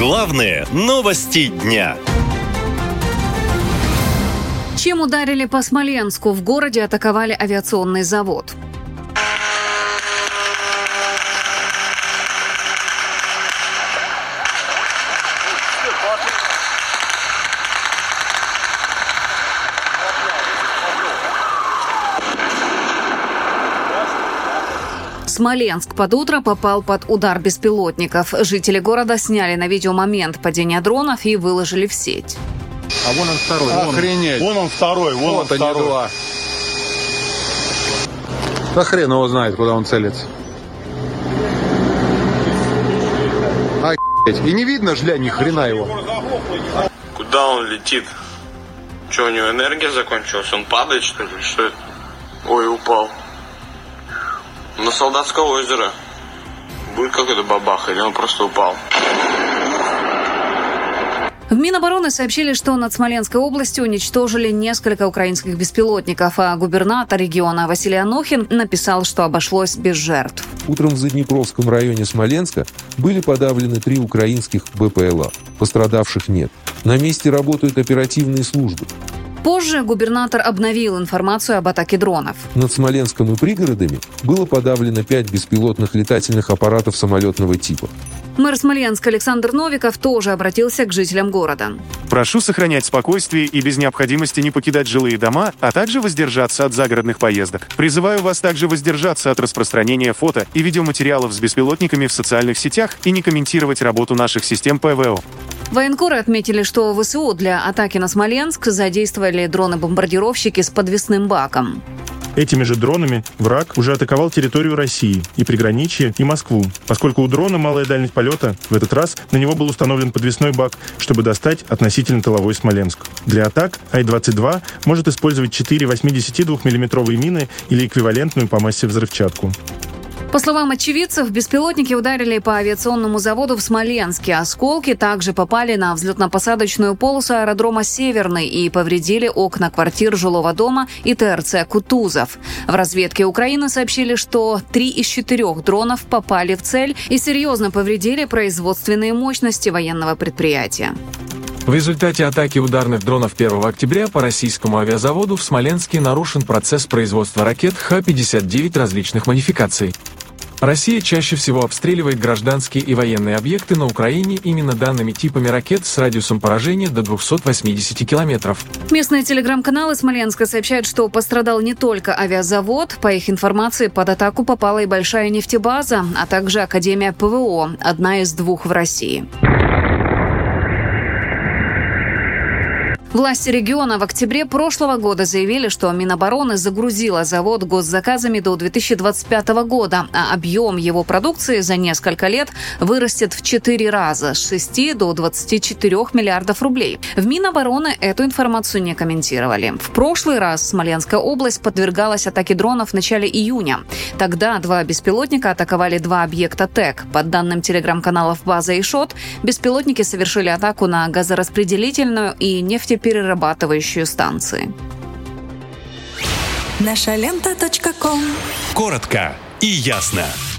Главные новости дня. Чем ударили по Смоленску? В городе атаковали авиационный завод. Смоленск под утро попал под удар беспилотников. Жители города сняли на видео момент падения дронов и выложили в сеть. А вон он второй. Охренеть. Вон он второй. Вот они два. Да хрен его знает, куда он целится. И не видно, жля, ни хрена его. Куда он летит? Что, у него энергия закончилась? Он падает, что ли? Что это? Ой, упал. На Солдатское озеро. Будет какой-то бабах, или он просто упал? В Минобороны сообщили, что над Смоленской областью уничтожили несколько украинских беспилотников, а губернатор региона Василий Анохин написал, что обошлось без жертв. Утром в Заднепровском районе Смоленска были подавлены 3 украинских БПЛА. Пострадавших нет. На месте работают оперативные службы. Позже губернатор обновил информацию об атаке дронов. Над Смоленском и пригородами было подавлено 5 беспилотных летательных аппаратов самолетного типа. Мэр Смоленска Александр Новиков тоже обратился к жителям города. Прошу сохранять спокойствие и без необходимости не покидать жилые дома, а также воздержаться от загородных поездок. Призываю вас также воздержаться от распространения фото и видеоматериалов с беспилотниками в социальных сетях и не комментировать работу наших систем ПВО. Военкоры отметили, что ВСУ для атаки на Смоленск задействовали дроны-бомбардировщики с подвесным баком. Этими же дронами враг уже атаковал территорию России и приграничье, и Москву. Поскольку у дрона малая дальность полета, в этот раз на него был установлен подвесной бак, чтобы достать относительно тыловой Смоленск. Для атак Ай-22 может использовать 4 82-мм мины или эквивалентную по массе взрывчатку. По словам очевидцев, беспилотники ударили по авиационному заводу в Смоленске. Осколки также попали на взлетно-посадочную полосу аэродрома «Северный» и повредили окна квартир жилого дома и ТРЦ «Кутузов». В разведке Украины сообщили, что 3 из 4 дронов попали в цель и серьезно повредили производственные мощности военного предприятия. В результате атаки ударных дронов 1 октября по российскому авиазаводу в Смоленске нарушен процесс производства ракет Х-59 различных модификаций. Россия чаще всего обстреливает гражданские и военные объекты на Украине именно данными типами ракет с радиусом поражения до 280 километров. Местные телеграм-каналы Смоленска сообщают, что пострадал не только авиазавод. По их информации, под атаку попала и большая нефтебаза, а также Академия ПВО, одна из 2 в России. Власти региона в октябре прошлого года заявили, что Минобороны загрузила завод госзаказами до 2025 года, а объем его продукции за несколько лет вырастет в 4 раза – с 6 до 24 миллиардов рублей. В Минобороны эту информацию не комментировали. В прошлый раз Смоленская область подвергалась атаке дронов в начале июня. Тогда 2 беспилотника атаковали 2 объекта ТЭК. По данным телеграм-каналов «База» и «Шот», беспилотники совершили атаку на газораспределительную и нефтеперерабатывающую станции. Нашалента.ком. Коротко и ясно.